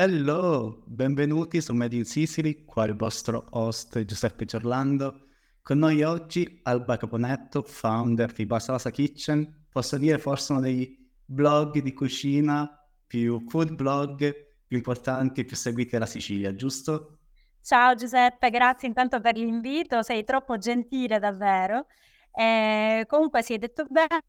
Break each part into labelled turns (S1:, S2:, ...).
S1: Hello, benvenuti su Made in Sicily, qua il vostro host Giuseppe Giorlando. Con noi oggi Alba Caponetto, founder di Basa Basa Kitchen. Posso dire forse uno dei blog di cucina food blog più importanti e più seguiti della Sicilia, giusto?
S2: Ciao Giuseppe, grazie intanto per l'invito, sei troppo gentile davvero. Comunque sì, hai detto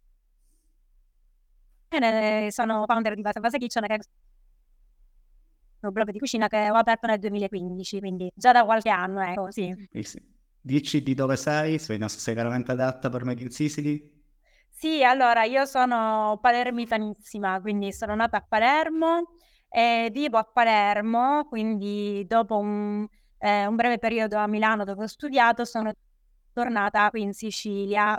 S2: bene, sono founder di Basa Basa Kitchen, che è un blog di cucina che ho aperto nel 2015, quindi già da qualche anno, ecco, sì.
S1: Sì. Dici di dove sei, se sei veramente adatta per Made in Sicily?
S2: Sì, allora io sono palermitanissima, quindi sono nata a Palermo e vivo a Palermo, quindi dopo un breve periodo a Milano dove ho studiato sono tornata qui in Sicilia.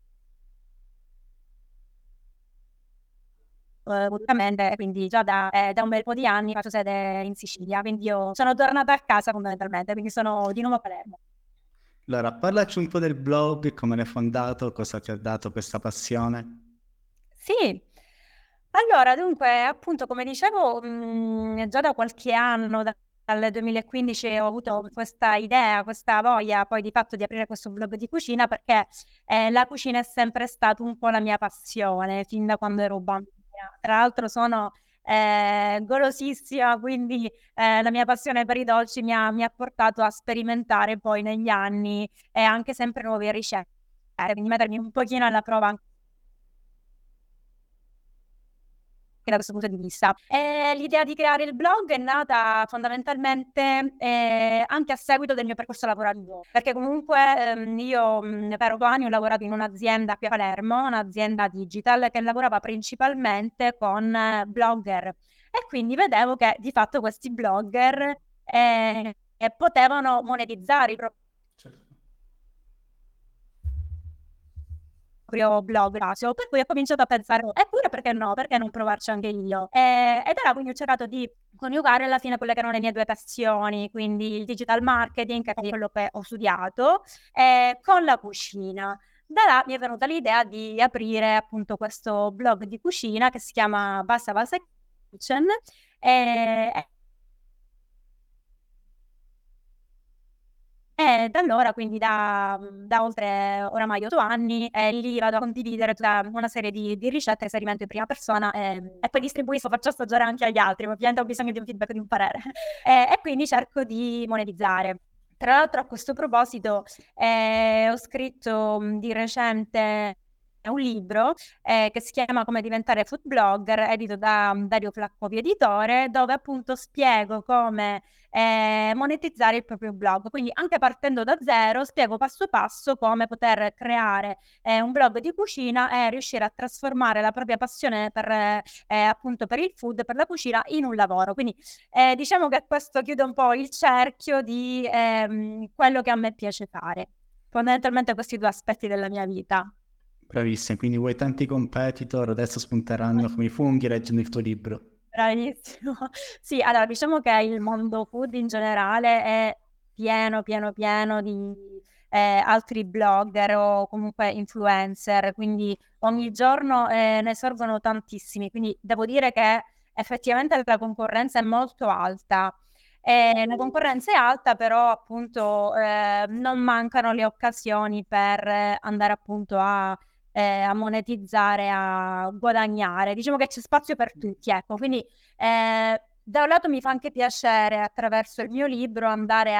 S2: Volutamente, quindi già da un bel po' di anni faccio sede in Sicilia, quindi io sono tornata a casa fondamentalmente, quindi sono di nuovo a Palermo.
S1: Allora, parlaci un po' del blog, come l'hai fondato, cosa ti ha dato questa passione.
S2: Sì, allora dunque appunto come dicevo già da qualche anno, dal 2015 ho avuto questa idea, questa voglia poi di fatto di aprire questo blog di cucina perché la cucina è sempre stata un po' la mia passione fin da quando ero bambina. Tra l'altro sono golosissima, quindi la mia passione per i dolci mi ha portato a sperimentare poi negli anni e anche sempre nuove ricette, quindi mettermi un pochino alla prova anche da questo punto di vista. L'idea di creare il blog è nata fondamentalmente anche a seguito del mio percorso lavorativo, perché comunque io per 8 anni ho lavorato in un'azienda qui a Palermo, un'azienda digital che lavorava principalmente con blogger e quindi vedevo che di fatto questi blogger potevano monetizzare i propri proprio blog Rasio, per cui ho cominciato a pensare, eppure perché no, perché non provarci anche io? Ed era quindi ho cercato di coniugare alla fine quelle che erano le mie due passioni, quindi il digital marketing, che è quello che ho studiato, con la cucina. Da là mi è venuta l'idea di aprire appunto questo blog di cucina che si chiama Bassa Bassa Kitchen. E da allora, quindi da oltre oramai 8 anni, lì vado a condividere tutta una serie di ricette, esperimento in prima persona, e poi distribuisco, faccio assaggiare anche agli altri, ovviamente ho bisogno di un feedback, di un parere. E quindi cerco di monetizzare. Tra l'altro a questo proposito ho scritto di recente un libro che si chiama Come diventare food blogger, edito da Dario Flaccovi Editore, dove appunto spiego come monetizzare il proprio blog. Quindi anche partendo da zero spiego passo passo come poter creare un blog di cucina e riuscire a trasformare la propria passione appunto per il food, per la cucina in un lavoro. Quindi diciamo che questo chiude un po' il cerchio di quello che a me piace fare. Fondamentalmente questi due aspetti della mia vita.
S1: Bravissimo, quindi vuoi tanti competitor, adesso spunteranno come i funghi leggendo il tuo libro.
S2: Bravissimo. Sì, allora diciamo che il mondo food in generale è pieno, pieno, pieno di altri blogger o comunque influencer, quindi ogni giorno ne sorgono tantissimi, quindi devo dire che effettivamente la concorrenza è molto alta. La concorrenza è alta, però appunto non mancano le occasioni per andare appunto a monetizzare, a guadagnare. Diciamo che c'è spazio per tutti, ecco. Quindi da un lato mi fa anche piacere attraverso il mio libro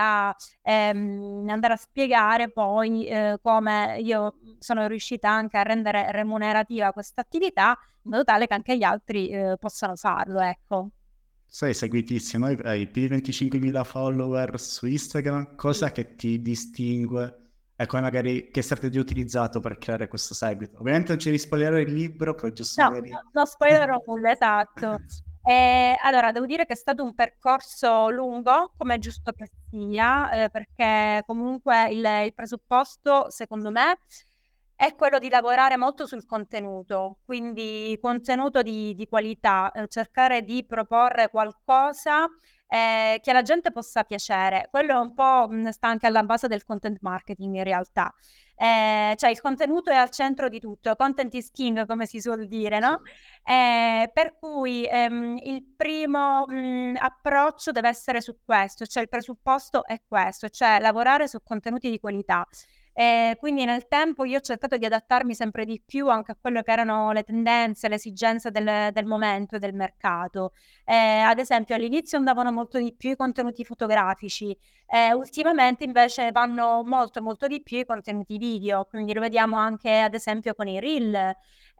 S2: andare a spiegare poi come io sono riuscita anche a rendere remunerativa questa attività in modo tale che anche gli altri possano farlo, ecco.
S1: Sei seguitissimo, hai più di 25.000 follower su Instagram,
S2: Sì.
S1: cosa che ti distingue e come magari che strategia hai utilizzato per creare questo seguito? Ovviamente non ci devi spoilerare il libro, poi giusto
S2: No,
S1: magari...
S2: non spoilerò nulla, esatto. Allora, devo dire che è stato un percorso lungo, come è giusto che sia, perché comunque il presupposto, secondo me, è quello di lavorare molto sul contenuto, quindi contenuto di qualità, cercare di proporre qualcosa che alla gente possa piacere. Quello è un po' sta anche alla base del content marketing in realtà. Cioè il contenuto è al centro di tutto, content is king, come si suol dire, no? Per cui il primo approccio deve essere su questo, cioè il presupposto è questo, cioè lavorare su contenuti di qualità. Quindi nel tempo io ho cercato di adattarmi sempre di più anche a quello che erano le tendenze, le esigenze del momento e del mercato. Ad esempio all'inizio andavano molto di più i contenuti fotografici, ultimamente invece vanno molto molto di più i contenuti video, quindi lo vediamo anche ad esempio con i reel.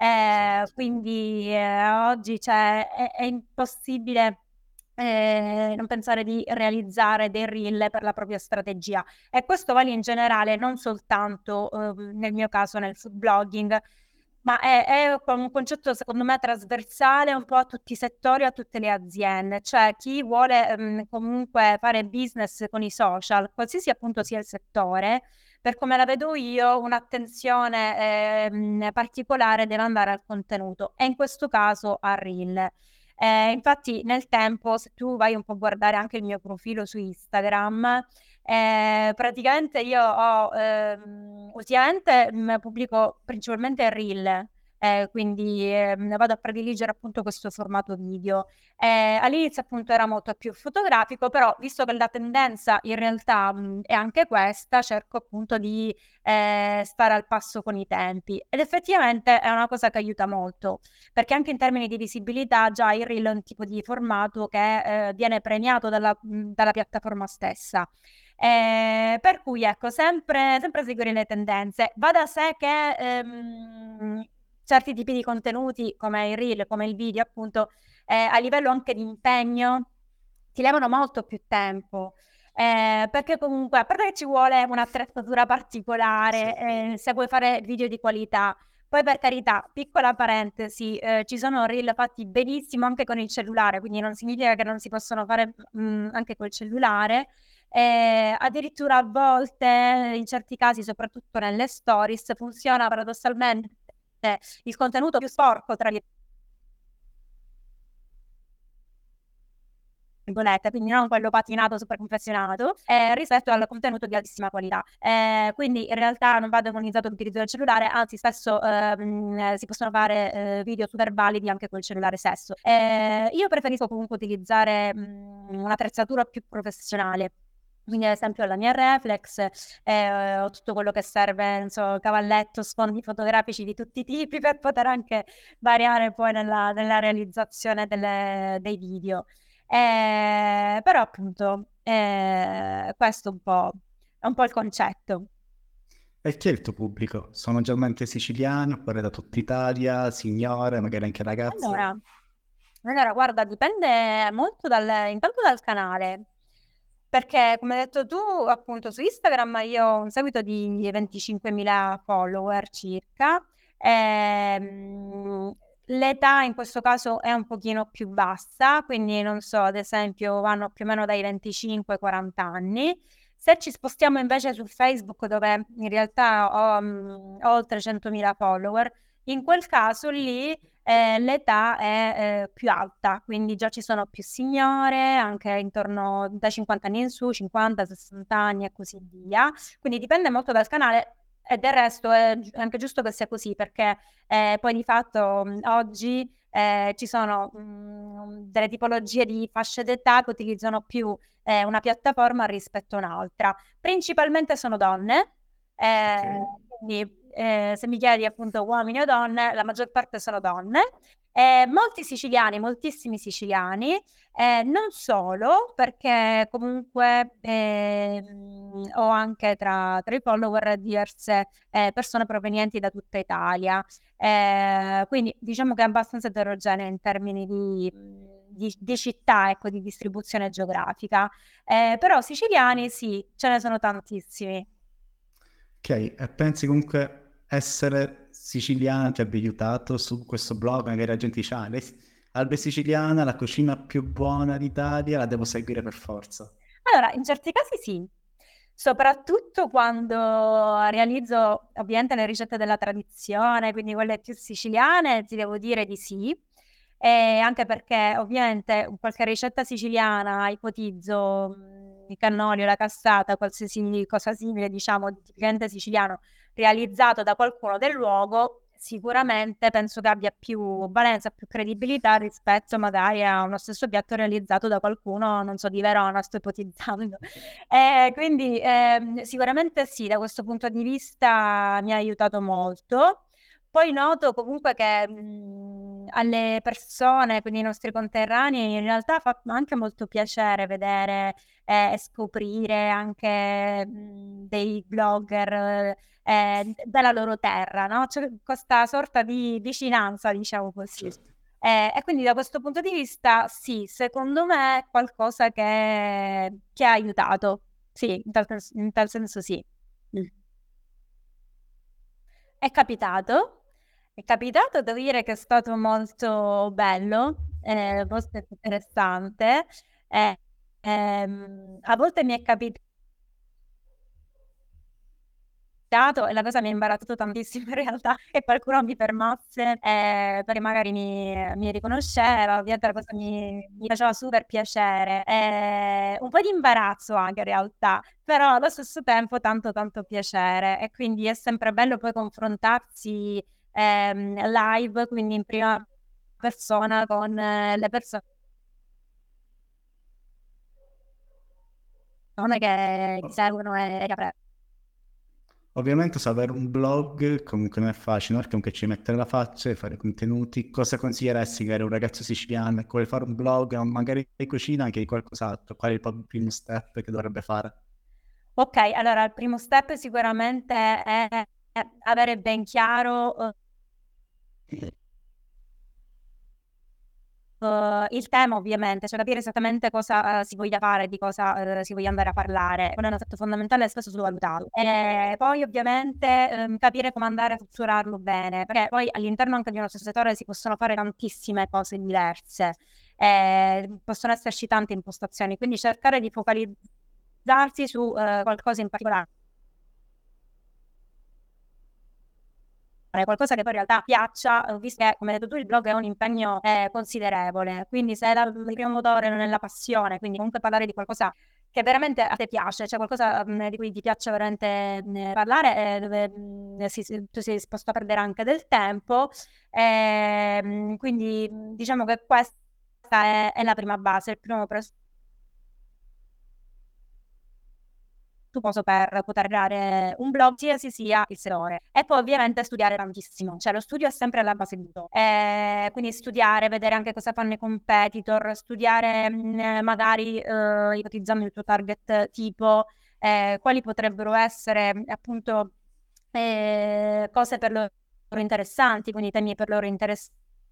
S2: Quindi oggi è impossibile non pensare di realizzare dei reel per la propria strategia. E questo vale in generale, non soltanto nel mio caso nel food blogging, ma è un concetto secondo me trasversale un po' a tutti i settori, a tutte le aziende. Cioè chi vuole comunque fare business con i social, qualsiasi appunto sia il settore, per come la vedo io, un'attenzione particolare deve andare al contenuto e in questo caso al reel. Infatti nel tempo, se tu vai un po' a guardare anche il mio profilo su Instagram, praticamente io ho ultimamente pubblico principalmente reel, quindi vado a prediligere appunto questo formato video. All'inizio appunto era molto più fotografico, però visto che la tendenza in realtà è anche questa, cerco appunto di stare al passo con i tempi ed effettivamente è una cosa che aiuta molto, perché anche in termini di visibilità già il reel è un tipo di formato che viene premiato dalla piattaforma stessa. Per cui ecco, sempre seguire le tendenze. Va da sé che certi tipi di contenuti, come il reel, come il video, appunto, a livello anche di impegno, ti levano molto più tempo. Perché comunque, a parte che ci vuole un'attrezzatura particolare, se vuoi fare video di qualità, poi per carità, piccola parentesi, ci sono reel fatti benissimo anche con il cellulare, quindi non significa che non si possono fare anche col cellulare. Addirittura a volte, in certi casi, soprattutto nelle stories, funziona paradossalmente il contenuto più sporco tra virgolette, quindi non quello patinato super confezionato, rispetto al contenuto di altissima qualità. Quindi in realtà non va demonizzato l'utilizzo del cellulare, anzi spesso si possono fare video super validi anche col cellulare stesso. Io preferisco comunque utilizzare un'attrezzatura più professionale. Quindi ad esempio la mia reflex, ho tutto quello che serve, non so, cavalletto, sfondi fotografici di tutti i tipi per poter anche variare poi nella realizzazione dei video. Però appunto questo è un po' il concetto.
S1: E chi è il tuo pubblico? Sono generalmente siciliani oppure da tutta Italia, signore, magari anche ragazze?
S2: Allora, guarda, dipende molto intanto dal canale, perché come hai detto tu, appunto su Instagram io ho un seguito di 25.000 follower circa. L'età in questo caso è un pochino più bassa, quindi non so, ad esempio vanno più o meno dai 25 ai 40 anni. Se ci spostiamo invece su Facebook, dove in realtà ho oltre 100.000 follower, in quel caso lì l'età è più alta, quindi già ci sono più signore, anche intorno dai 50 anni in su, 50, 60 anni e così via. Quindi dipende molto dal canale e del resto è anche giusto che sia così, perché poi di fatto oggi ci sono delle tipologie di fasce d'età che utilizzano più una piattaforma rispetto a un'altra. Principalmente sono donne, quindi se mi chiedi appunto uomini o donne, la maggior parte sono donne. Molti siciliani, moltissimi siciliani, non solo, perché comunque ho anche tra i follower diverse persone provenienti da tutta Italia. Quindi diciamo che è abbastanza eterogeneo in termini di città, ecco, di distribuzione geografica. Però siciliani sì, ce ne sono tantissimi.
S1: Ok, e pensi comunque essere siciliana ti abbia aiutato su questo blog? Magari la gente dice, ah, Albe siciliana, la cucina più buona d'Italia, la devo seguire per forza.
S2: Allora, in certi casi sì. Soprattutto quando realizzo ovviamente le ricette della tradizione, quindi quelle più siciliane, ti devo dire di sì. E anche perché ovviamente qualche ricetta siciliana, ipotizzo il cannoli o la cassata, qualsiasi cosa simile, diciamo, tipicamente siciliano, realizzato da qualcuno del luogo, sicuramente penso che abbia più valenza, più credibilità rispetto magari a uno stesso piatto realizzato da qualcuno, non so, di Verona, sto ipotizzando. Quindi sicuramente sì, da questo punto di vista mi ha aiutato molto. Poi noto comunque che alle persone, quindi ai nostri conterranei, in realtà fa anche molto piacere vedere e scoprire anche dei blogger della loro terra, no? C'è questa sorta di vicinanza, diciamo così.
S1: Certo.
S2: E quindi da questo punto di vista, sì, secondo me è qualcosa che ha aiutato. Sì, in tal senso sì. Mm. È capitato, devo dire che è stato molto bello, molto interessante. Eh, a volte mi è capitato e la cosa mi ha imbarazzato tantissimo in realtà che qualcuno mi fermasse perché magari mi riconosceva, ovviamente la cosa mi faceva super piacere, un po' di imbarazzo anche in realtà, però allo stesso tempo tanto tanto piacere e quindi è sempre bello poi confrontarsi live, quindi in prima persona con le persone che ti
S1: Oh,
S2: seguono e che apprezzano.
S1: ovviamente sapere un blog comunque non è facile, perché comunque ci mettere la faccia e fare contenuti. Cosa consiglieresti che era un ragazzo siciliano e vuole fare un blog, o magari di cucina, anche di qualcos'altro? Qual è il proprio primo step che dovrebbe fare?
S2: Ok, allora il primo step sicuramente è avere ben chiaro il tema, ovviamente, cioè capire esattamente cosa si voglia fare, di cosa si voglia andare a parlare. Quello è un aspetto fondamentale e spesso sottovalutato. E poi ovviamente capire come andare a strutturarlo bene, perché poi all'interno anche di uno stesso settore si possono fare tantissime cose diverse, possono esserci tante impostazioni, quindi cercare di focalizzarsi su qualcosa in particolare. Qualcosa che poi in realtà piaccia, visto che, come hai detto tu, il blog è un impegno considerevole, quindi se il primo motore non è la passione, quindi comunque parlare di qualcosa che veramente a te piace, cioè qualcosa di cui ti piace veramente parlare, dove tu sei disposto a perdere anche del tempo, quindi diciamo che questa è la prima base, il primo presupposto per poter creare un blog, qualsiasi sia il settore. E poi ovviamente studiare tantissimo, cioè lo studio è sempre alla base di tutto. Quindi studiare, vedere anche cosa fanno i competitor, studiare magari ipotizzando il tuo target tipo, quali potrebbero essere appunto cose per loro interessanti, quindi temi per loro interessanti,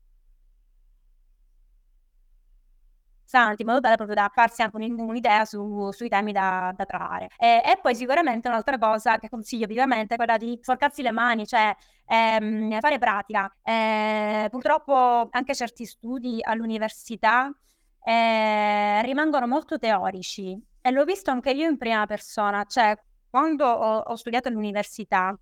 S2: in modo tale proprio da farsi anche un'idea sui temi da trattare. E poi sicuramente un'altra cosa che consiglio vivamente è quella di sporcarsi le mani, cioè fare pratica. Purtroppo anche certi studi all'università rimangono molto teorici e l'ho visto anche io in prima persona, cioè quando ho studiato all'università.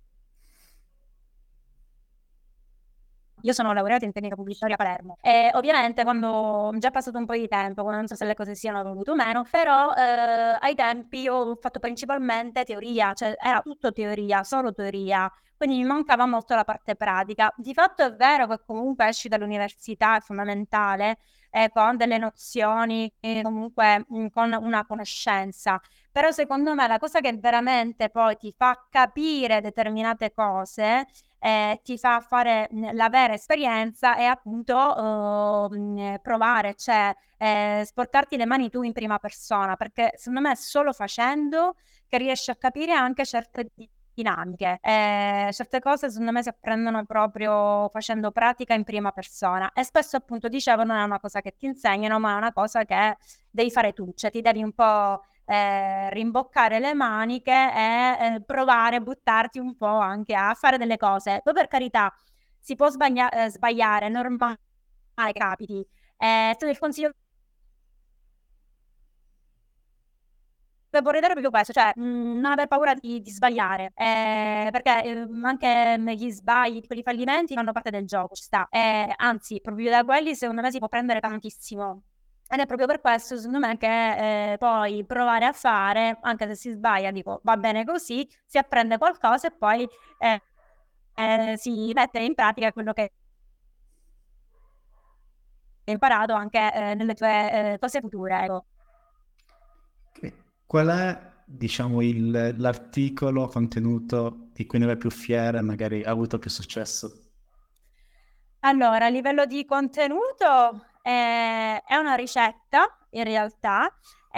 S2: Io sono laureata in tecnica pubblicitaria a Palermo e ovviamente quando già è passato un po' di tempo, non so se le cose siano evolute o meno, però ai tempi io ho fatto principalmente teoria, cioè era tutto teoria, solo teoria, quindi mi mancava molto la parte pratica. Di fatto è vero che comunque esci dall'università, è fondamentale, con delle nozioni, comunque con una conoscenza, però secondo me la cosa che veramente poi ti fa capire determinate cose ti fa fare la vera esperienza e appunto provare, cioè sporcarti le mani tu in prima persona, perché secondo me è solo facendo che riesci a capire anche certe dinamiche. Certe cose secondo me si apprendono proprio facendo pratica in prima persona e spesso appunto dicevo non è una cosa che ti insegnano, ma è una cosa che devi fare tu, cioè ti devi un po' rimboccare le maniche e provare, buttarti un po' anche a fare delle cose. Poi per carità, si può sbagliare, è normale che capiti. Il consiglio vorrei dare proprio questo, cioè non aver paura di sbagliare, perché anche gli sbagli, quei fallimenti fanno parte del gioco, ci sta. Anzi, proprio da quelli secondo me si può prendere tantissimo. Ed è proprio per questo, secondo me, che poi provare a fare, anche se si sbaglia, dico va bene così, si apprende qualcosa e poi si mette in pratica quello che hai imparato anche nelle tue cose future, ecco.
S1: Qual è, diciamo, l'articolo contenuto di cui ne vai più fiera e magari ha avuto più successo?
S2: Allora, a livello di contenuto è una ricetta, in realtà,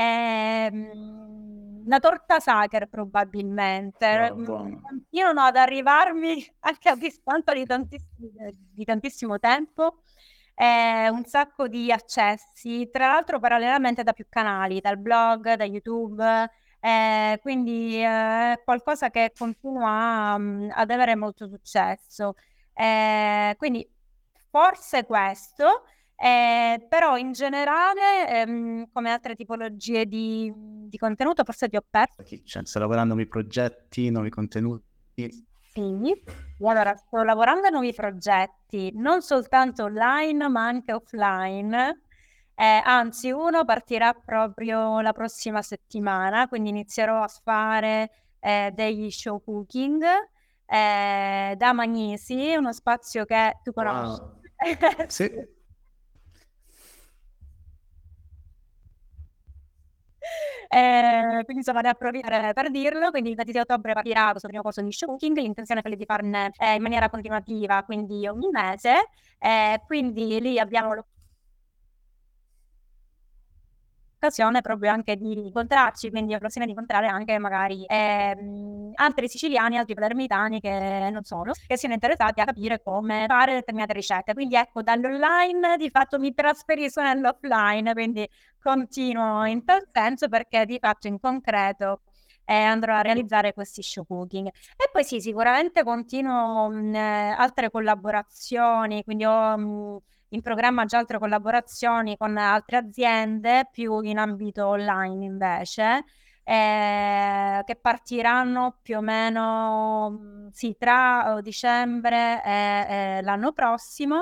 S2: la torta Sacher probabilmente.
S1: Buono.
S2: Continuano ad arrivarmi anche a distanza di tantissimo tempo, un sacco di accessi, tra l'altro parallelamente da più canali, dal blog, da YouTube, quindi è qualcosa che continua ad avere molto successo. Quindi forse questo, però in generale, come altre tipologie di contenuto, forse ti ho perso.
S1: Cioè, sto lavorando nuovi progetti, nuovi contenuti.
S2: Sì, allora sto lavorando a nuovi progetti, non soltanto online ma anche offline. Anzi, uno partirà proprio la prossima settimana, quindi inizierò a fare degli show cooking da Magnesi, uno spazio che tu conosci.
S1: Wow. Sì.
S2: Quindi sono ad approfittare per dirlo, quindi il 26 ottobre partirà questo primo corso di show cooking, l'intenzione è quella di farne in maniera continuativa, quindi ogni mese, quindi lì abbiamo l'occasione proprio anche di incontrarci, quindi l'occasione di incontrare anche magari altri siciliani, altri palermitani che non sono, che siano interessati a capire come fare determinate ricette. Quindi ecco, dall'online di fatto mi trasferisco nell'offline, quindi continuo in tal senso perché di fatto in concreto andrò a realizzare questi show cooking. E poi sì, sicuramente continuo altre collaborazioni, quindi ho in programma già altre collaborazioni con altre aziende, più in ambito online invece, che partiranno più o meno sì, tra dicembre e l'anno prossimo.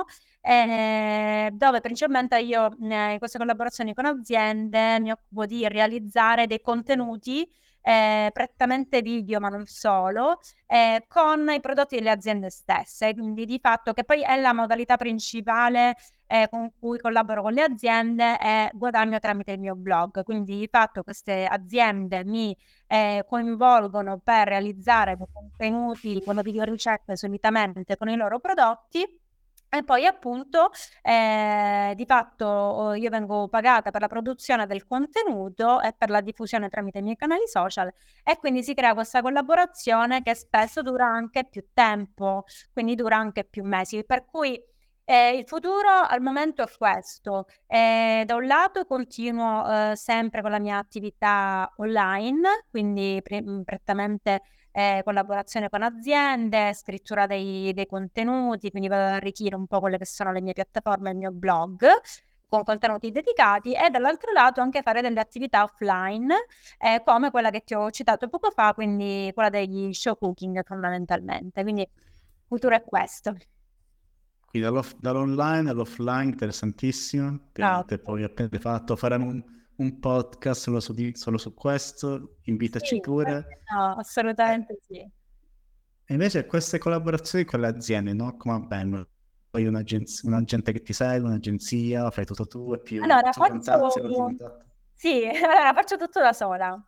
S2: Dove principalmente io in queste collaborazioni con aziende mi occupo di realizzare dei contenuti prettamente video, ma non solo, con i prodotti delle aziende stesse, quindi di fatto che poi è la modalità principale con cui collaboro con le aziende e guadagno tramite il mio blog. Quindi di fatto queste aziende mi coinvolgono per realizzare dei contenuti come video ricette solitamente con i loro prodotti. E poi appunto di fatto io vengo pagata per la produzione del contenuto e per la diffusione tramite i miei canali social e quindi si crea questa collaborazione che spesso dura anche più tempo, quindi dura anche più mesi, per cui il futuro al momento è questo. Da un lato continuo sempre con la mia attività online, quindi prettamente collaborazione con aziende, scrittura dei contenuti, quindi vado ad arricchire un po' quelle che sono le mie piattaforme e il mio blog con contenuti dedicati e dall'altro lato anche fare delle attività offline come quella che ti ho citato poco fa, quindi quella degli show cooking fondamentalmente. Quindi il futuro è questo.
S1: Quindi dall'online all'offline, interessantissimo. Ovviamente poi appena fatto, faremo un podcast solo su questo, invitaci
S2: Sì,
S1: pure.
S2: no, assolutamente sì.
S1: E invece queste collaborazioni con le aziende, no? Come avvengono? Poi un agente che ti segue, un'agenzia, fai tutto tu e più
S2: Allora,
S1: tu contatti con contatto.
S2: sì, allora, faccio tutto da sola.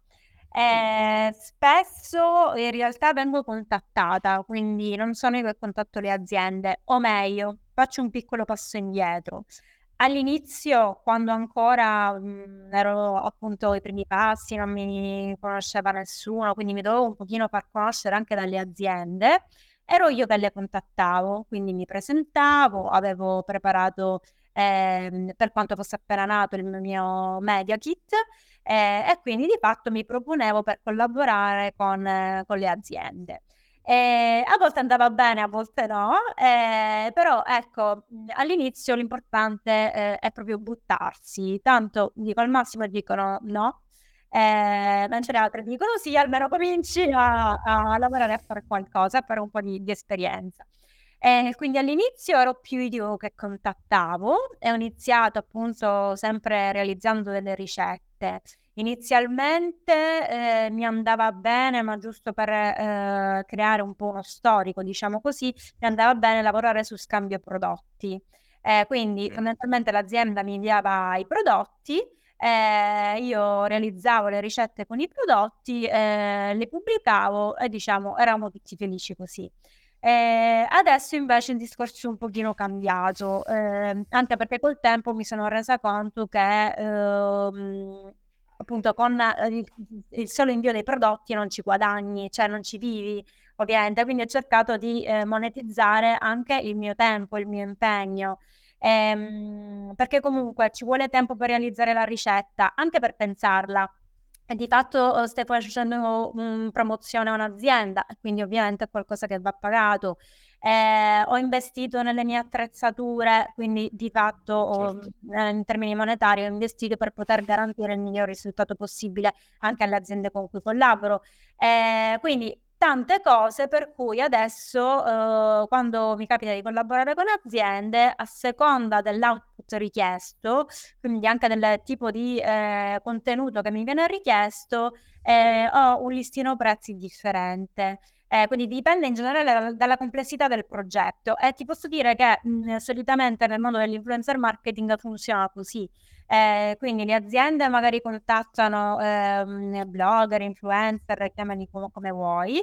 S2: Spesso in realtà vengo contattata, quindi non sono io che contatto le aziende, o meglio, faccio un piccolo passo indietro. All'inizio, quando ancora ero appunto ai primi passi, non mi conosceva nessuno, quindi mi dovevo un pochino far conoscere anche dalle aziende, ero io che le contattavo, quindi mi presentavo, avevo preparato per quanto fosse appena nato il mio Media Kit e quindi di fatto mi proponevo per collaborare con le aziende. A volte andava bene, a volte no, però ecco, all'inizio l'importante è proprio buttarsi, tanto dico al massimo dicono no, mentre le altre dicono sì, almeno cominci a lavorare, a fare qualcosa, a fare un po' di esperienza. Quindi all'inizio ero più io che contattavo e ho iniziato appunto sempre realizzando delle ricette. Inizialmente mi andava bene, ma giusto per creare un po' uno storico, diciamo così, mi andava bene lavorare su scambio prodotti. Quindi fondamentalmente l'azienda mi inviava i prodotti, io realizzavo le ricette con i prodotti, le pubblicavo e diciamo eravamo tutti felici così. Adesso invece il discorso è un pochino cambiato, anche perché col tempo mi sono resa conto che appunto con il solo invio dei prodotti non ci guadagni, cioè non ci vivi ovviamente, quindi ho cercato di monetizzare anche il mio tempo, il mio impegno. Perché comunque ci vuole tempo per realizzare la ricetta, anche per pensarla. E di fatto stai facendo promozione a un'azienda, quindi ovviamente è qualcosa che va pagato. Ho investito nelle mie attrezzature, quindi di fatto in termini monetari ho investito per poter garantire il miglior risultato possibile anche alle aziende con cui collaboro. Quindi tante cose per cui adesso quando mi capita di collaborare con aziende, a seconda dell'output richiesto, quindi anche del tipo di contenuto che mi viene richiesto, ho un listino prezzi differente. Quindi dipende in generale dalla complessità del progetto e ti posso dire che solitamente nel mondo dell'influencer marketing funziona così. Quindi le aziende magari contattano blogger, influencer, chiamali come vuoi.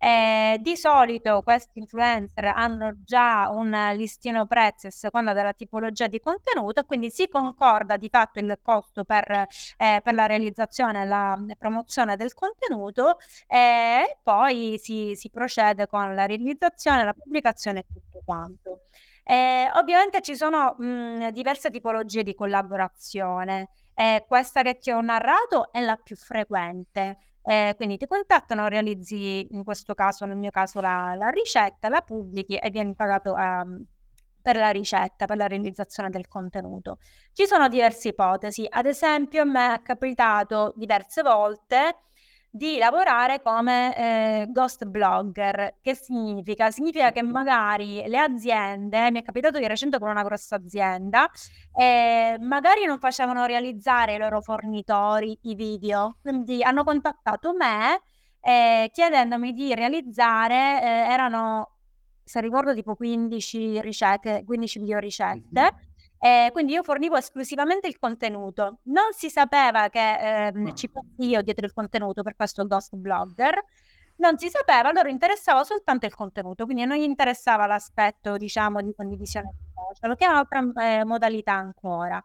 S2: Di solito questi influencer hanno già un listino prezzi a seconda della tipologia di contenuto e quindi si concorda di fatto il costo per la realizzazione e la promozione del contenuto e poi si procede con la realizzazione, la pubblicazione e tutto quanto. Ovviamente ci sono diverse tipologie di collaborazione. Questa che ti ho narrato è la più frequente. Quindi ti contattano, realizzi in questo caso, nel mio caso, la ricetta, la pubblichi e vieni pagato per la ricetta, per la realizzazione del contenuto. Ci sono diverse ipotesi, ad esempio a me è capitato diverse volte di lavorare come ghost blogger. Che significa? Significa che magari le aziende, mi è capitato di recente con una grossa azienda, magari non facevano realizzare i loro fornitori i video, quindi hanno contattato me chiedendomi di realizzare, erano, se ricordo, tipo 15 ricette, 15 video ricette. Quindi io fornivo esclusivamente il contenuto. Non si sapeva che ci fossi io dietro il contenuto per questo ghost blogger. Non si sapeva, a loro interessava soltanto il contenuto, quindi non gli interessava l'aspetto, diciamo, di condivisione social, che è un'altra modalità ancora.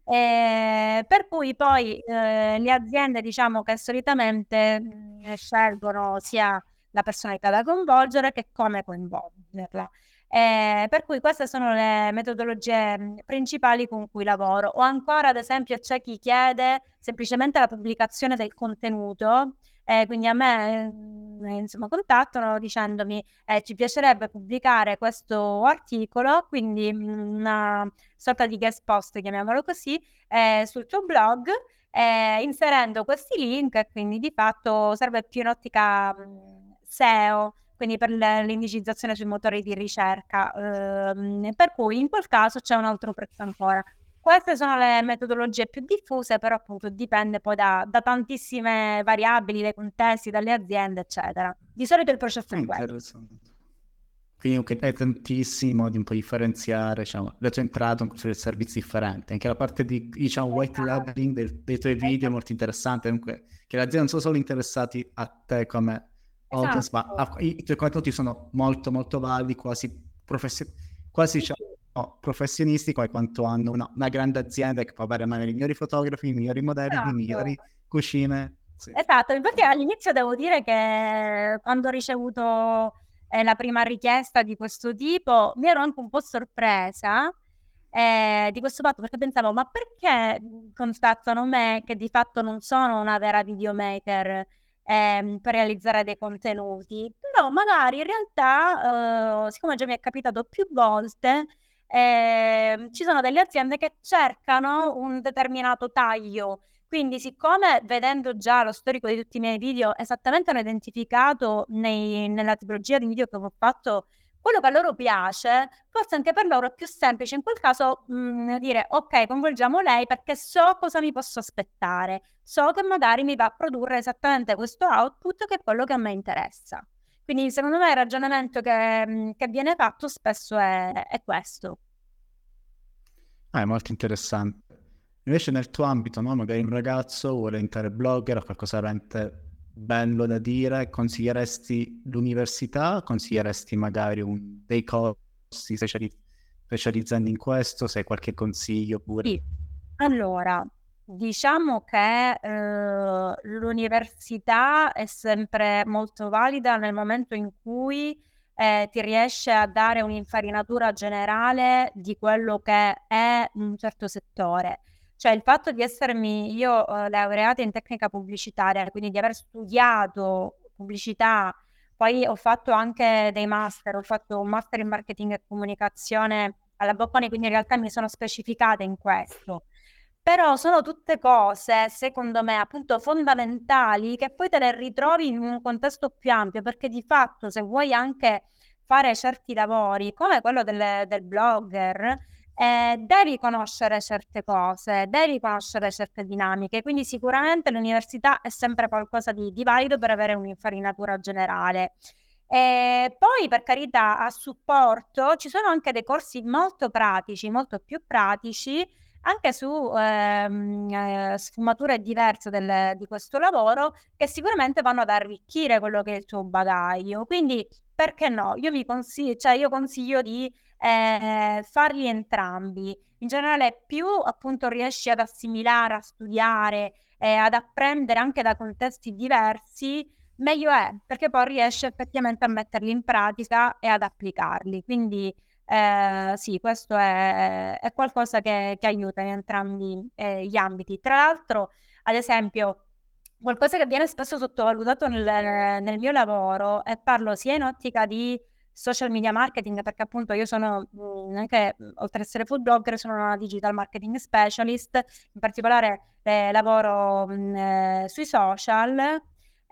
S2: Per cui poi le aziende, diciamo che solitamente scelgono sia la personalità da coinvolgere che come coinvolgerla. Per cui queste sono le metodologie principali con cui lavoro. O ancora, ad esempio, c'è chi chiede semplicemente la pubblicazione del contenuto. Quindi a me insomma contattano dicendomi ci piacerebbe pubblicare questo articolo, quindi una sorta di guest post, chiamiamolo così, sul tuo blog, inserendo questi link, e quindi di fatto serve più in ottica SEO, quindi per l'indicizzazione sui motori di ricerca, per cui in quel caso c'è un altro prezzo ancora. Queste sono le metodologie più diffuse, però appunto dipende poi da tantissime variabili, dai contesti, dalle aziende, eccetera. Di solito il processo è questo.
S1: Interessante. Quindi hai tantissimi modi un po' differenziare, diciamo, l'ho centrato su servizi differenti. Anche la parte di, diciamo, white labeling dei tuoi video è molto interessante, comunque, che le aziende non sono solo interessati a te come audience,
S2: Esatto.
S1: ma i tuoi contenuti sono molto molto validi, quasi diciamo, professionisti, come quanto hanno una grande azienda che può avere magari i migliori fotografi, i migliori modelli, le migliori
S2: Esatto.
S1: cucine. Sì.
S2: Esatto, infatti all'inizio devo dire che quando ho ricevuto la prima richiesta di questo tipo mi ero anche un po' sorpresa di questo fatto, perché pensavo, ma perché contattano me che di fatto non sono una vera videomaker per realizzare dei contenuti? Però magari in realtà, siccome già mi è capitato più volte, ci sono delle aziende che cercano un determinato taglio. Quindi, siccome vedendo già lo storico di tutti i miei video, esattamente hanno identificato nella tipologia di video che ho fatto quello che a loro piace, forse anche per loro è più semplice in quel caso dire ok, coinvolgiamo lei perché so cosa mi posso aspettare, so che magari mi va a produrre esattamente questo output che è quello che a me interessa. Quindi secondo me il ragionamento che viene fatto spesso è questo.
S1: È molto interessante. Invece nel tuo ambito, no? Magari un ragazzo vuole diventare blogger o qualcosa veramente bello da dire, consiglieresti l'università? Consiglieresti magari dei corsi specializzando in questo? Se hai qualche consiglio pure?
S2: Sì, allora, diciamo che l'università è sempre molto valida nel momento in cui ti riesce a dare un'infarinatura generale di quello che è un certo settore. Cioè il fatto di essermi io laureata in tecnica pubblicitaria, quindi di aver studiato pubblicità, poi ho fatto anche dei master, ho fatto un master in marketing e comunicazione alla Bocconi, quindi in realtà mi sono specificata in questo. Però sono tutte cose, secondo me, appunto fondamentali che poi te le ritrovi in un contesto più ampio, perché di fatto se vuoi anche fare certi lavori, come quello del blogger, devi conoscere certe cose, devi conoscere certe dinamiche, quindi sicuramente l'università è sempre qualcosa di valido per avere un'infarinatura generale. E poi, per carità, a supporto ci sono anche dei corsi molto pratici, molto più pratici, anche su sfumature diverse di questo lavoro, che sicuramente vanno ad arricchire quello che è il tuo bagaglio. Quindi, perché no? Io consiglio di farli entrambi. In generale, più appunto riesci ad assimilare, a studiare, ad apprendere anche da contesti diversi, meglio è, perché poi riesci effettivamente a metterli in pratica e ad applicarli. Quindi sì, questo è qualcosa che aiuta in entrambi gli ambiti. Tra l'altro, ad esempio, qualcosa che viene spesso sottovalutato nel mio lavoro, e parlo sia in ottica di social media marketing, perché appunto io sono anche, oltre ad essere food blogger, sono una digital marketing specialist, in particolare lavoro sui social.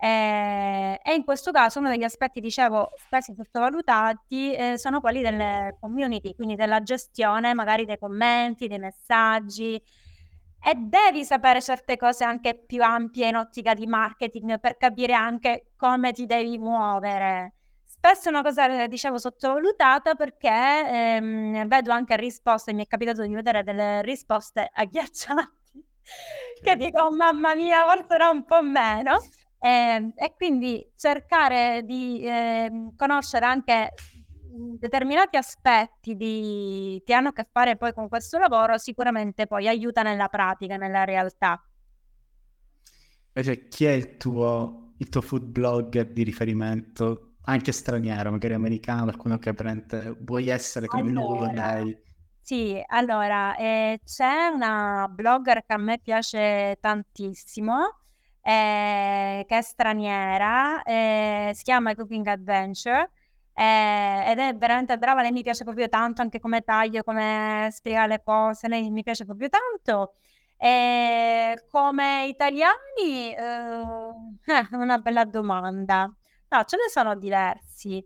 S2: E in questo caso uno degli aspetti, dicevo, spesso sottovalutati sono quelli delle community, quindi della gestione magari dei commenti, dei messaggi. E devi sapere certe cose anche più ampie in ottica di marketing per capire anche come ti devi muovere. Spesso è una cosa, dicevo, sottovalutata perché vedo anche risposte, mi è capitato di vedere delle risposte agghiaccianti che dico, "Oh, mamma mia, forse era un po' meno." E quindi cercare di conoscere anche determinati aspetti che hanno a che fare poi con questo lavoro sicuramente poi aiuta nella pratica, nella realtà.
S1: Invece, chi è il tuo food blogger di riferimento, anche straniero, magari americano, qualcuno che prende, vuoi essere come lui o
S2: Allora,
S1: lei?
S2: sì, allora, c'è una blogger che a me piace tantissimo, che è straniera, si chiama Cooking Adventure, ed è veramente brava, lei mi piace proprio tanto, anche come taglio, come spiega le cose, lei mi piace proprio tanto. Come italiani, è una bella domanda. No, ce ne sono diversi.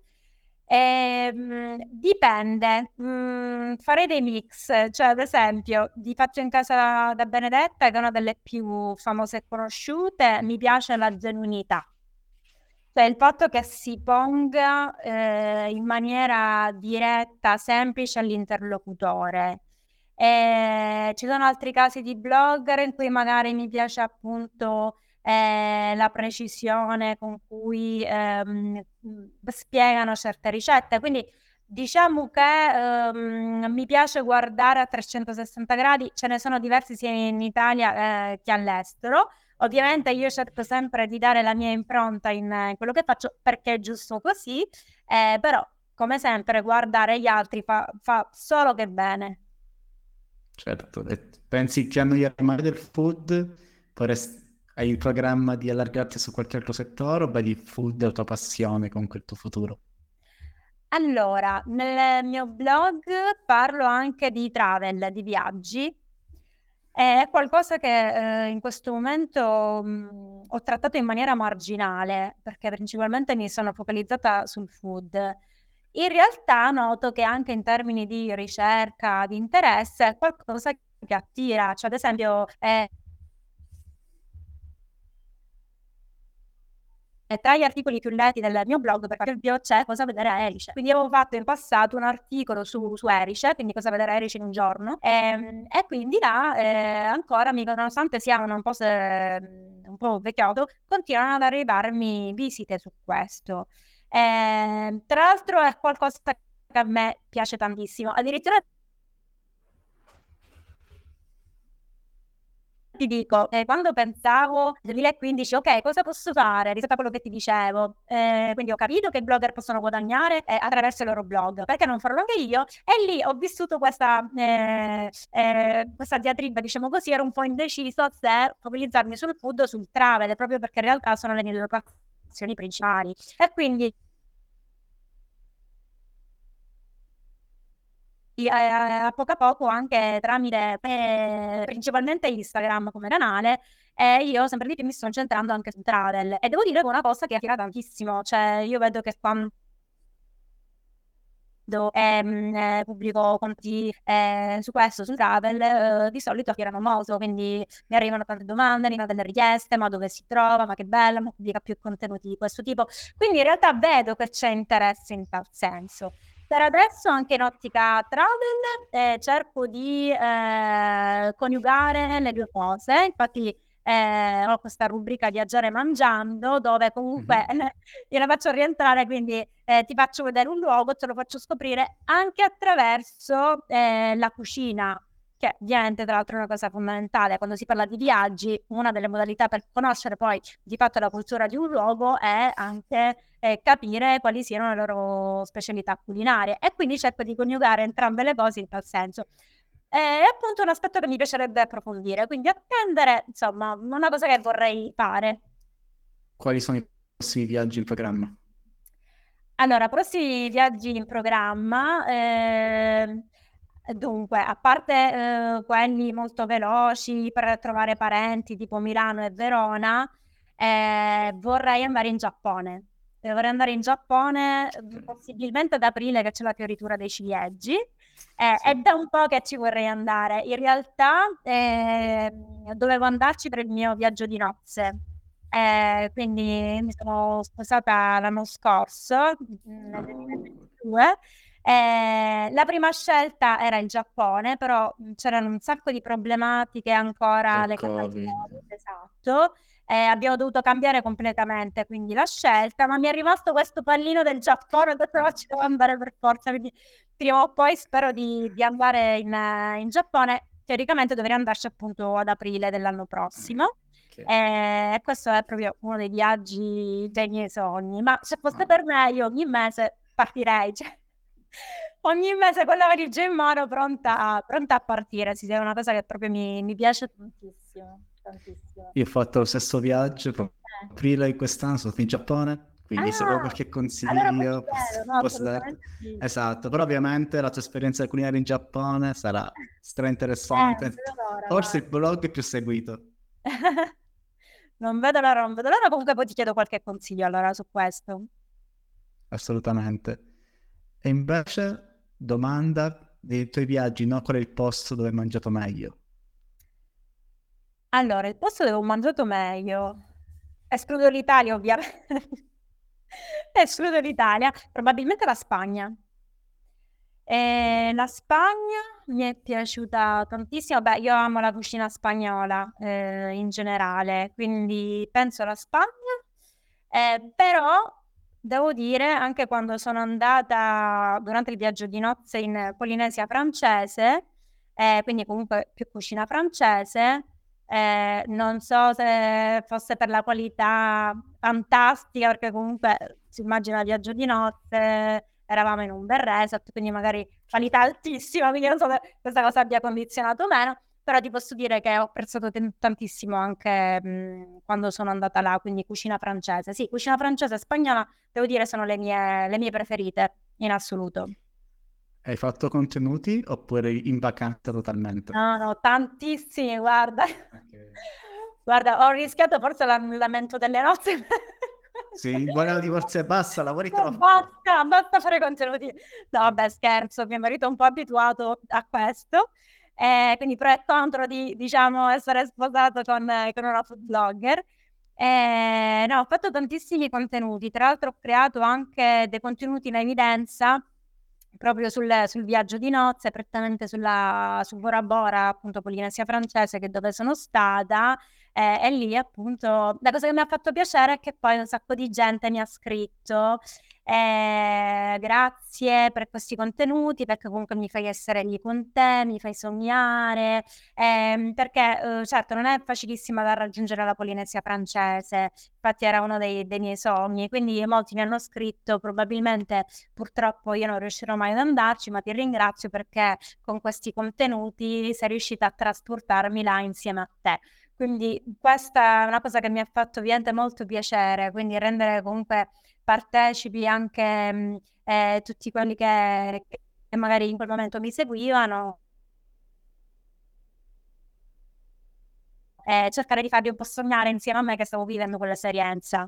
S2: Dipende, farei dei mix, cioè ad esempio di Fatto in casa da Benedetta, che è una delle più famose e conosciute, mi piace la genuinità, cioè il fatto che si ponga in maniera diretta, semplice all'interlocutore. Ci sono altri casi di blogger in cui magari mi piace appunto la precisione con cui spiegano certe ricette. Quindi diciamo che mi piace guardare a 360 gradi, ce ne sono diversi sia in Italia che all'estero. Ovviamente io cerco sempre di dare la mia impronta in quello che faccio perché è giusto così, però come sempre guardare gli altri fa solo che bene.
S1: Certo, e pensi che annoiare mai del food? Hai in programma di allargarti su qualche altro settore o vedi il food è la tua passione con quel tuo futuro?
S2: Allora, nel mio blog parlo anche di travel, di viaggi. È qualcosa che in questo momento ho trattato in maniera marginale, perché principalmente mi sono focalizzata sul food. In realtà noto che anche in termini di ricerca, di interesse, è qualcosa che attira. Cioè, ad esempio, tra gli articoli più letti del mio blog, per esempio, c'è Cosa vedere a Erice. Quindi avevo fatto in passato un articolo su Erice, quindi cosa vedere a Erice in un giorno, e quindi là ancora, nonostante sia un post un po' vecchiato, continuano ad arrivarmi visite su questo. Tra l'altro è qualcosa che a me piace tantissimo. Addirittura ti dico, quando pensavo nel 2015, ok, cosa posso fare rispetto a quello che ti dicevo? Quindi ho capito che i blogger possono guadagnare attraverso i loro blog, perché non farlo anche io? E lì ho vissuto questa diatriba, diciamo così, ero un po' indeciso se focalizzarmi sul food o sul travel, proprio perché in realtà sono le mie due passioni principali. E quindi a poco a poco anche tramite principalmente Instagram come canale, e io sempre di più mi sto concentrando anche sul travel, e devo dire che è una cosa che attira tantissimo. Cioè io vedo che quando pubblico conti su questo, sul travel, di solito attirano molto, quindi mi arrivano tante domande, mi arrivano delle richieste, ma dove si trova, ma che bella, ma pubblica più contenuti di questo tipo. Quindi in realtà vedo che c'è interesse in tal senso. Per adesso, anche in ottica travel, cerco di coniugare le due cose. Infatti ho questa rubrica Viaggiare mangiando, dove comunque gliela faccio rientrare, quindi ti faccio vedere un luogo, te lo faccio scoprire anche attraverso la cucina, che ovviamente tra l'altro è una cosa fondamentale. Quando si parla di viaggi, una delle modalità per conoscere poi di fatto la cultura di un luogo è anche capire quali siano le loro specialità culinarie, e quindi cerco di coniugare entrambe le cose in tal senso. È appunto un aspetto che mi piacerebbe approfondire, quindi attendere, insomma, una cosa che vorrei fare.
S1: Quali sono i prossimi viaggi in programma?
S2: Allora, prossimi viaggi in programma, dunque, a parte quelli molto veloci per trovare parenti tipo Milano e Verona, vorrei andare in Giappone. Vorrei andare in Giappone possibilmente ad aprile, che c'è la fioritura dei ciliegi. È da un po' che ci vorrei andare. In realtà dovevo andarci per il mio viaggio di nozze. Quindi mi sono sposata l'anno scorso, nel 2022. La prima scelta era il Giappone, però c'erano un sacco di problematiche ancora
S1: Col
S2: legate al
S1: Covid.
S2: Covid, esatto. Abbiamo dovuto cambiare completamente quindi la scelta, ma mi è rimasto questo pallino del Giappone, ho detto no, ci devo andare per forza, quindi prima o poi spero di andare in Giappone. Teoricamente dovrei andarci appunto ad aprile dell'anno prossimo. E questo è proprio uno dei viaggi dei miei sogni. Ma se fosse per me, io ogni mese partirei. Cioè, ogni mese con la valigia in mano, pronta a partire. Sì, è una cosa che proprio mi piace tantissimo. Tantissimo.
S1: Io ho fatto lo stesso viaggio, aprile di quest'anno sono stato in Giappone, quindi se vuoi qualche
S2: Allora poi ti
S1: consiglio
S2: chiedo, no,
S1: posso darti.
S2: assolutamente sì.
S1: Esatto, però ovviamente la tua esperienza culinaria in Giappone sarà stra
S2: Non
S1: interessante.
S2: vedo l'ora,
S1: Forse
S2: dai.
S1: il blog più seguito,
S2: Non vedo l'ora, non vedo l'ora. Comunque poi ti chiedo qualche consiglio allora su questo.
S1: assolutamente. E invece, domanda dei tuoi viaggi, no? Qual è il posto dove hai mangiato meglio?
S2: Allora, il posto dove ho mangiato meglio, escludo l'Italia ovviamente, escludo l'Italia, probabilmente la Spagna. La Spagna mi è piaciuta tantissimo. Beh, io amo la cucina spagnola in generale, quindi penso alla Spagna. Però devo dire, anche quando sono andata durante il viaggio di nozze in Polinesia francese, quindi comunque più cucina francese, non so se fosse per la qualità fantastica, perché comunque si immagina viaggio di nozze, eravamo in un bel resort, quindi magari qualità altissima, quindi non so se questa cosa abbia condizionato o meno, però ti posso dire che ho apprezzato tantissimo anche quando sono andata là, quindi cucina francese. Sì, cucina francese e spagnola, devo dire, sono le mie preferite. in assoluto.
S1: Hai fatto contenuti oppure in vacanza totalmente?
S2: No, tantissimi, guarda.
S1: Ok.
S2: Guarda, ho rischiato forse l'annullamento delle nozze.
S1: Sì, volevo divorzio e basta, lavori
S2: No,
S1: troppo.
S2: basta fare contenuti. No, vabbè, scherzo, mio marito è un po' abituato a questo, quindi pro e contro di, diciamo, essere sposato con una food blogger. No, ho fatto tantissimi contenuti, tra l'altro ho creato anche dei contenuti in evidenza proprio sul viaggio di nozze, prettamente su Bora Bora, appunto Polinesia Francese, che è dove sono stata, e lì appunto la cosa che mi ha fatto piacere è che poi un sacco di gente mi ha scritto grazie per questi contenuti, perché comunque mi fai essere lì con te, mi fai sognare, perché certo non è facilissima da raggiungere la Polinesia Francese, infatti era uno dei miei sogni, quindi molti mi hanno scritto, probabilmente purtroppo io non riuscirò mai ad andarci, ma ti ringrazio perché con questi contenuti sei riuscita a trasportarmi là insieme a te. Quindi questa è una cosa che mi ha fatto ovviamente molto piacere, quindi rendere comunque partecipi anche tutti quelli che magari in quel momento mi seguivano e cercare di farli un po' sognare insieme a me che stavo vivendo quell'esperienza.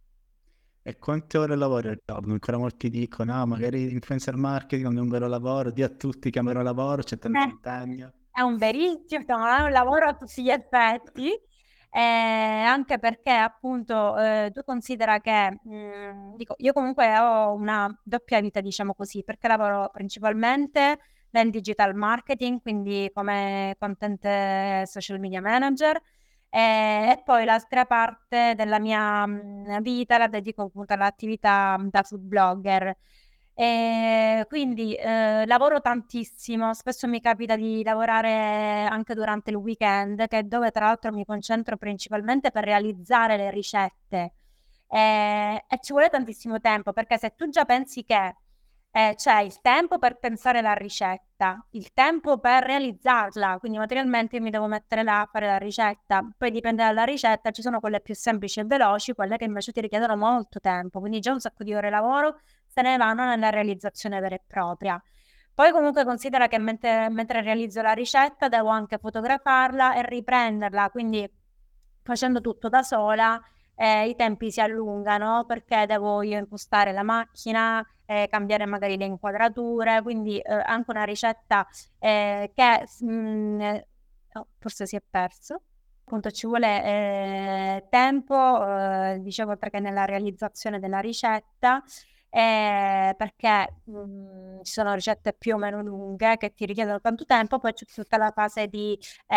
S1: E quante ore lavori al giorno? Ancora molti dicono, ah, magari influencer marketing non è un vero lavoro, di a tutti che è un vero lavoro, c'è tanto
S2: Eh,
S1: impegno.
S2: È un verissimo, no, è un lavoro a tutti gli effetti, anche perché appunto tu considera che, dico, io comunque ho una doppia vita, diciamo così, perché lavoro principalmente nel digital marketing, quindi come content social media manager, e poi l'altra parte della mia vita la dedico appunto all'attività da food blogger. Quindi lavoro tantissimo, spesso mi capita di lavorare anche durante il weekend, che è dove tra l'altro mi concentro principalmente per realizzare le ricette. E ci vuole tantissimo tempo, perché se tu già pensi che c'è il tempo per pensare la ricetta, il tempo per realizzarla, quindi materialmente io mi devo mettere là a fare la ricetta, poi dipende dalla ricetta, ci sono quelle più semplici e veloci, quelle che invece ti richiedono molto tempo, quindi già un sacco di ore lavoro se ne vanno nella realizzazione vera e propria. Poi comunque considera che mentre realizzo la ricetta devo anche fotografarla e riprenderla, quindi facendo tutto da sola i tempi si allungano perché devo io impostare la macchina, cambiare magari le inquadrature, quindi anche una ricetta che oh, forse si è perso. Appunto ci vuole tempo, dicevo, oltre che nella realizzazione della ricetta, perché ci sono ricette più o meno lunghe che ti richiedono tanto tempo, poi c'è tutta la fase di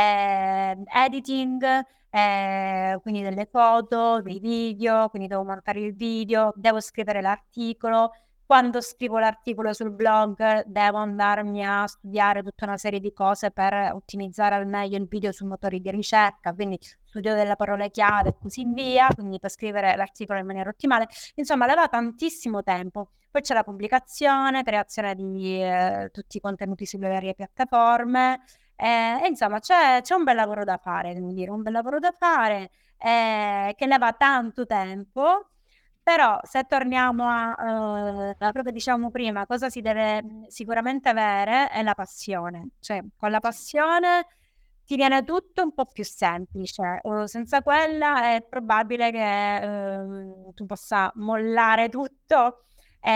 S2: editing, quindi delle foto, dei video, quindi devo montare il video, devo scrivere l'articolo. Quando scrivo l'articolo sul blog devo andarmi a studiare tutta una serie di cose per ottimizzare al meglio il video su motori di ricerca, quindi studio delle parole chiave e così via, quindi per scrivere l'articolo in maniera ottimale. Insomma, leva tantissimo tempo. Poi c'è la pubblicazione, creazione di tutti i contenuti sulle varie piattaforme. E insomma, c'è un bel lavoro da fare, devo dire, un bel lavoro da fare che leva tanto tempo. Però se torniamo a proprio diciamo prima, cosa si deve sicuramente avere è la passione. Cioè, con la passione ti viene tutto un po' più semplice. Senza quella è probabile che tu possa mollare tutto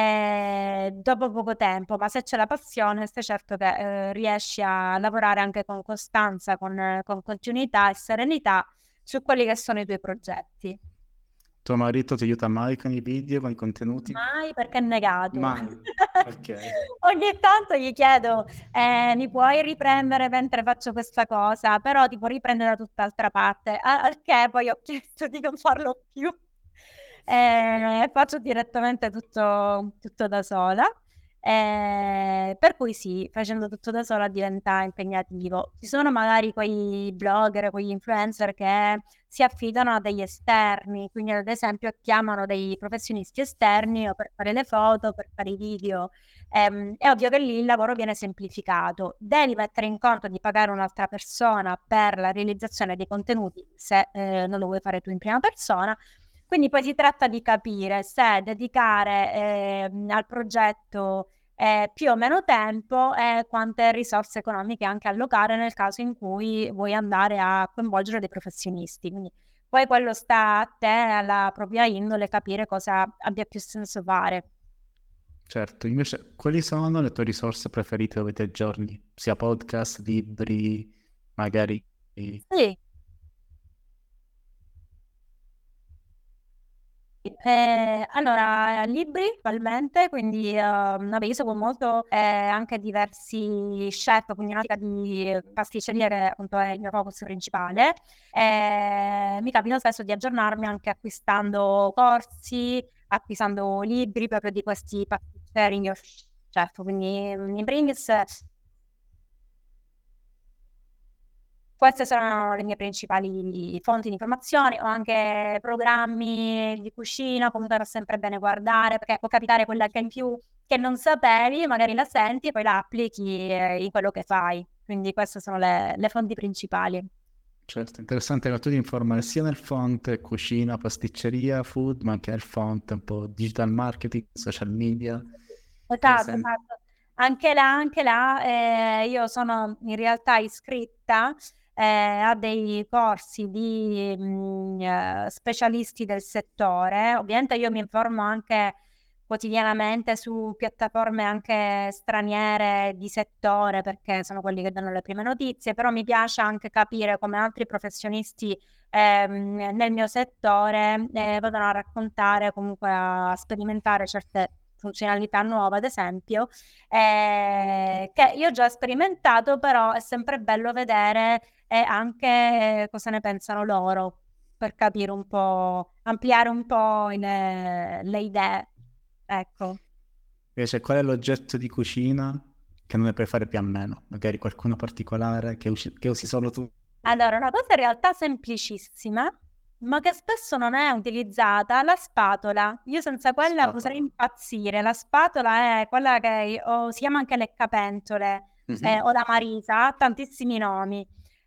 S2: dopo poco tempo, ma se c'è la passione, stai certo che riesci a lavorare anche con costanza, con continuità e serenità su quelli che sono i tuoi progetti.
S1: Tuo marito ti aiuta mai con i video, con i contenuti?
S2: Mai perché è negato.
S1: Mai. Ok.
S2: Ogni tanto gli chiedo, mi puoi riprendere mentre faccio questa cosa, però tipo riprendere da tutt'altra parte, al che poi ho chiesto di non farlo più. Faccio direttamente tutto da sola. Per cui sì, facendo tutto da sola diventa impegnativo. Ci sono magari quei blogger, quegli influencer che si affidano a degli esterni, quindi ad esempio chiamano dei professionisti esterni o per fare le foto, per fare i video. È ovvio che lì il lavoro viene semplificato. Devi mettere in conto di pagare un'altra persona per la realizzazione dei contenuti se non lo vuoi fare tu in prima persona, Quindi poi si tratta di capire se dedicare al progetto più o meno tempo e quante risorse economiche anche allocare nel caso in cui vuoi andare a coinvolgere dei professionisti. Quindi poi quello sta a te, alla propria indole, capire cosa abbia più senso fare.
S1: Certo, invece, quali sono le tue risorse preferite dove ti aggiorni? Sia podcast, libri, magari...
S2: Sì. Allora, libri principalmente, quindi vabbè, io seguo molto anche diversi chef, quindi un'ottica di pasticceria che appunto è il mio focus principale. Mi capita spesso di aggiornarmi anche acquistando corsi, acquistando libri proprio di questi pasticceri chef, quindi in primis queste sono le mie principali fonti di informazione. Ho anche programmi di cucina, comunque va sempre bene guardare, perché può capitare quella che in più che non sapevi, magari la senti e poi la applichi in quello che fai. Quindi queste sono le fonti principali.
S1: Certo, interessante che tu ti informare sia nel font cucina, pasticceria, food, ma anche nel font un po' digital marketing, social media.
S2: Esatto,
S1: Interessante.
S2: esatto. Anche là, io sono in realtà iscritta a dei corsi di specialisti del settore. Ovviamente io mi informo anche quotidianamente su piattaforme anche straniere di settore, perché sono quelli che danno le prime notizie, però mi piace anche capire come altri professionisti nel mio settore vadano a raccontare, comunque a sperimentare certe funzionalità nuove, ad esempio, che io ho già sperimentato, però è sempre bello vedere anche cosa ne pensano loro, per capire un po', ampliare un po' le idee. Ecco.
S1: Invece, qual è l'oggetto di cucina che non ne puoi fare più a meno? Magari qualcuno particolare che usi solo tu?
S2: Allora, una cosa in realtà semplicissima, ma che spesso non è utilizzata, la spatola. Io senza quella potrei
S1: Spatola.
S2: impazzire. La spatola è quella che si chiama anche leccapentole
S1: Mhm.
S2: o la marisa, ha tantissimi nomi.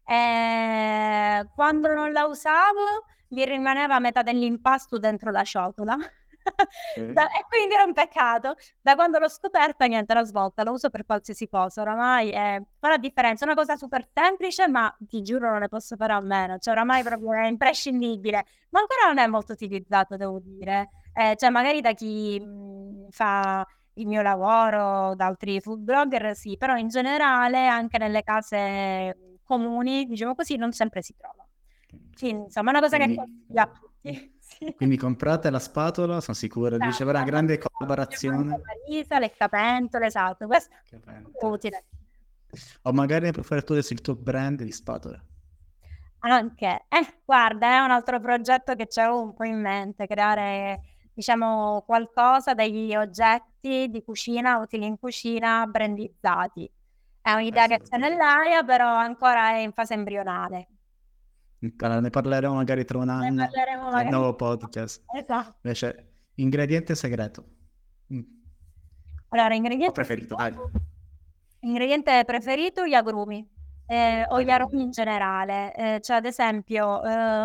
S2: Quando non la usavo mi rimaneva metà dell'impasto dentro la ciotola.
S1: Ok.
S2: E quindi era un peccato. Da quando l'ho scoperta, niente, la svolta, lo uso per qualsiasi cosa, oramai fa la differenza, è una cosa super semplice, ma ti giuro non ne posso fare a meno, cioè oramai proprio è imprescindibile, ma ancora non è molto utilizzato, devo dire. Cioè magari da chi fa il mio lavoro, da altri food blogger, sì, però in generale anche nelle case comuni, diciamo così, non sempre si trova. Quindi, insomma, è una cosa che
S1: Quindi,
S2: consiglio a tutti. Sì.
S1: quindi comprate la spatola, sono sicuro di ricevere una grande collaborazione.
S2: Marisa, leccapentole, esatto, questo
S1: Che
S2: è
S1: vento.
S2: utile.
S1: O magari puoi fare tu adesso il tuo brand di spatole.
S2: Anche, guarda, è un altro progetto che c'avevo un po' in mente, creare, diciamo, qualcosa degli oggetti di cucina, utili in cucina, brandizzati. È un'idea che c'è
S1: Super.
S2: nell'aria, però ancora è in fase embrionale.
S1: Allora, ne parleremo magari tra un
S2: Ne
S1: anno
S2: parleremo
S1: nel
S2: magari.
S1: nuovo podcast.
S2: Esatto.
S1: Invece, ingrediente segreto. Mm.
S2: Allora,
S1: Ho preferito, dai.
S2: ingrediente preferito, gli agrumi, o gli aromi in generale. Cioè, ad esempio,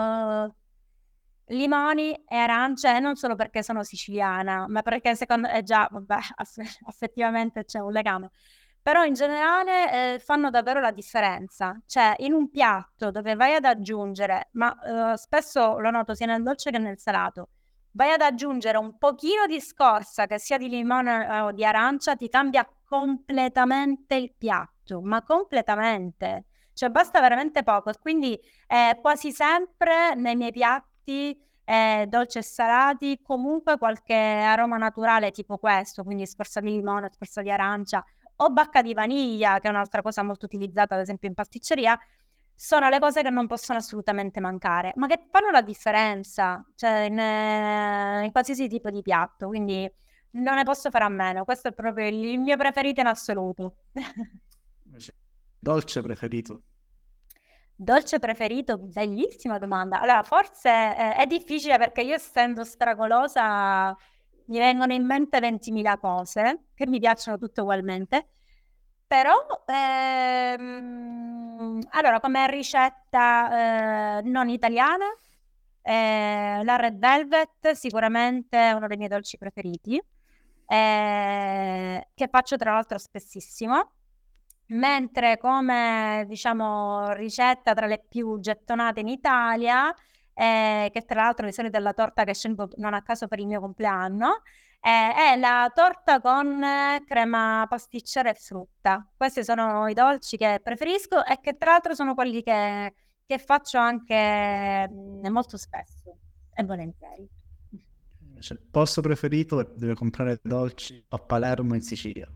S2: limoni e arance, non solo perché sono siciliana, ma perché secondo me già, vabbè, effettivamente c'è un legame. Però in generale fanno davvero la differenza. Cioè, in un piatto dove vai ad aggiungere, ma spesso lo noto sia nel dolce che nel salato, vai ad aggiungere un pochino di scorza, che sia di limone o di arancia, ti cambia completamente il piatto, ma completamente. Cioè, basta veramente poco. Quindi quasi sempre nei miei piatti dolci e salati, comunque qualche aroma naturale tipo questo, quindi scorza di limone, scorza di arancia o bacca di vaniglia, che è un'altra cosa molto utilizzata ad esempio in pasticceria, sono le cose che non possono assolutamente mancare, ma che fanno la differenza, cioè in qualsiasi tipo di piatto, quindi non ne posso fare a meno, questo è proprio il mio preferito in assoluto.
S1: Invece, dolce preferito.
S2: Dolce preferito? Bellissima domanda. Allora, forse è difficile perché io essendo stragolosa mi vengono in mente 20.000 cose che mi piacciono tutte ugualmente. Però, allora, come ricetta non italiana, La Red Velvet sicuramente è uno dei miei dolci preferiti, che faccio tra l'altro spessissimo, mentre come diciamo ricetta tra le più gettonate in Italia, che tra l'altro di solito è la torta che scelgo non a caso per il mio compleanno, è la torta con crema pasticcera e frutta. Questi sono i dolci che preferisco e che tra l'altro sono quelli che faccio anche molto spesso e volentieri.
S1: Cioè, il posto preferito dove comprare dolci a Palermo in Sicilia.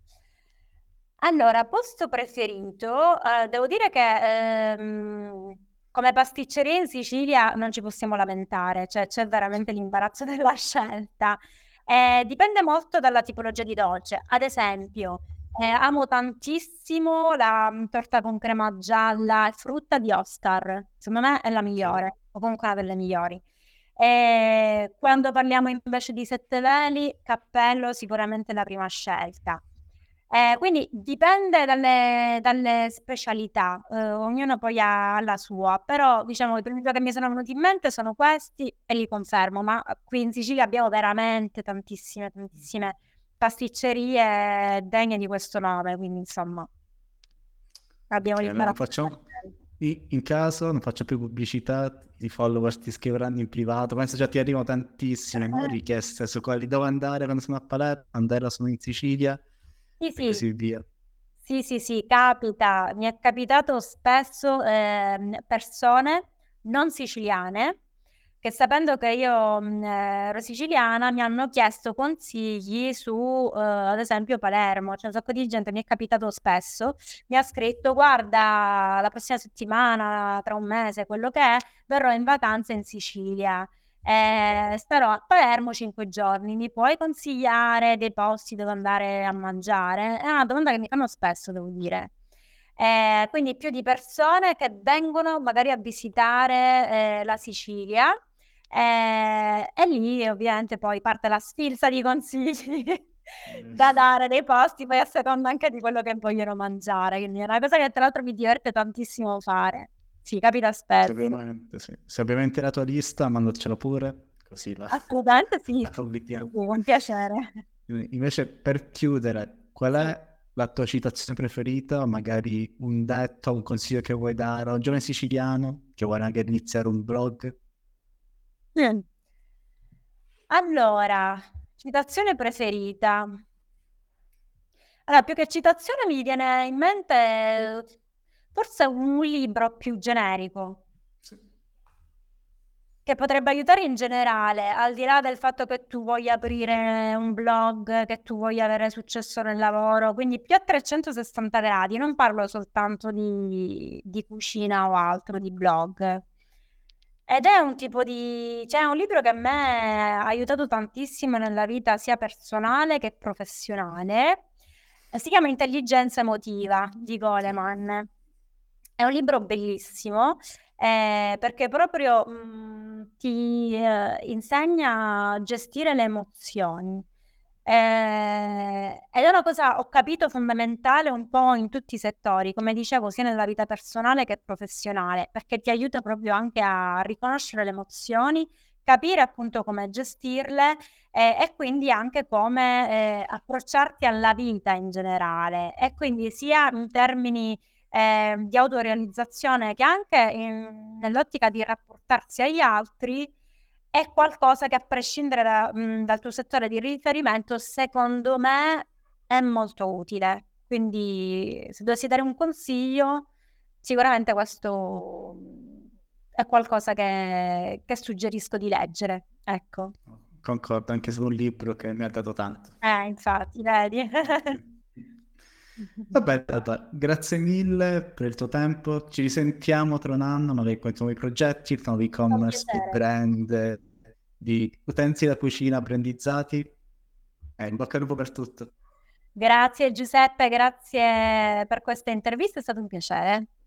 S2: Allora, posto preferito, devo dire che come pasticceria in Sicilia non ci possiamo lamentare, cioè c'è veramente l'imbarazzo della scelta. Dipende molto dalla tipologia di dolce. Ad esempio, amo tantissimo la torta con crema gialla e frutta di Oscar. Secondo me è la
S1: Sì.
S2: migliore, o comunque una delle migliori. E quando parliamo invece di Sette Veli, Cappello sicuramente la prima scelta. Quindi dipende dalle specialità, ognuno poi ha la sua, però diciamo i primi due che mi sono venuti in mente sono questi e li confermo, ma qui in Sicilia abbiamo veramente tantissime pasticcerie degne di questo nome, quindi insomma abbiamo
S1: Ok, allora non
S2: l'imbarazzo.
S1: facciamo in caso, non faccio più pubblicità, i follower ti scriveranno in privato, penso già ti arrivano tantissime richieste su quali devo andare quando sono a Palermo, Andrea sono in Sicilia
S2: Sì,
S1: e
S2: sì.
S1: così via.
S2: Sì, capita, mi è capitato spesso persone non siciliane che sapendo che io ero siciliana mi hanno chiesto consigli su, ad esempio, Palermo. C'è un sacco di gente, mi è capitato spesso, mi ha scritto, guarda, la prossima settimana, tra un mese, quello che è, verrò in vacanza in Sicilia. Starò a Palermo 5 giorni. Mi puoi consigliare dei posti dove andare a mangiare? È una domanda che mi fanno spesso, devo dire. Quindi più di persone che vengono magari a visitare la Sicilia. E lì ovviamente poi parte la sfilza di consigli da dare dei posti, poi a seconda anche di quello che vogliono mangiare. Quindi è una cosa che tra l'altro mi diverte tantissimo fare. Sì, capita spesso.
S1: Ovviamente, sì. Se ovviamente la tua lista, mandacela pure, così
S2: Assolutamente sì,
S1: la pubblichiamo.
S2: con piacere.
S1: Invece, per chiudere, qual
S2: Sì.
S1: è la tua citazione preferita? Magari un detto, un consiglio che vuoi dare a un giovane siciliano che vuole anche iniziare un blog?
S2: Mm. Allora, citazione preferita. Allora, più che citazione mi viene in mente forse un libro più generico
S1: Sì.
S2: che potrebbe aiutare in generale, al di là del fatto che tu voglia aprire un blog, che tu voglia avere successo nel lavoro, quindi più a 360 gradi, non parlo soltanto di cucina o altro, di blog. Ed è un tipo cioè è un libro che a me ha aiutato tantissimo nella vita sia personale che professionale. Si chiama Intelligenza emotiva di
S1: Sì.
S2: Goleman. È un libro bellissimo perché proprio ti insegna a gestire le emozioni. Ed è una cosa, ho capito, fondamentale un po' in tutti i settori, come dicevo, sia nella vita personale che professionale, perché ti aiuta proprio anche a riconoscere le emozioni, capire appunto come gestirle e quindi anche come approcciarti alla vita in generale. E quindi sia in termini di autorealizzazione che anche nell'ottica di rapportarsi agli altri è qualcosa che a prescindere dal tuo settore di riferimento, secondo me è molto utile. Quindi se dovessi dare un consiglio, sicuramente questo è qualcosa che suggerisco di leggere. Ecco.
S1: Concordo, anche su un libro che mi ha dato tanto.
S2: Infatti, vedi.
S1: Vabbè, Tata, grazie mille per il tuo tempo. Ci risentiamo tra un anno, magari con nuovi progetti, nuovi
S2: Con
S1: e-commerce di
S2: piacere.
S1: brand, di utenti da cucina brandizzati. In bocca al lupo per tutto.
S2: Grazie Giuseppe, grazie per questa intervista, è stato un piacere.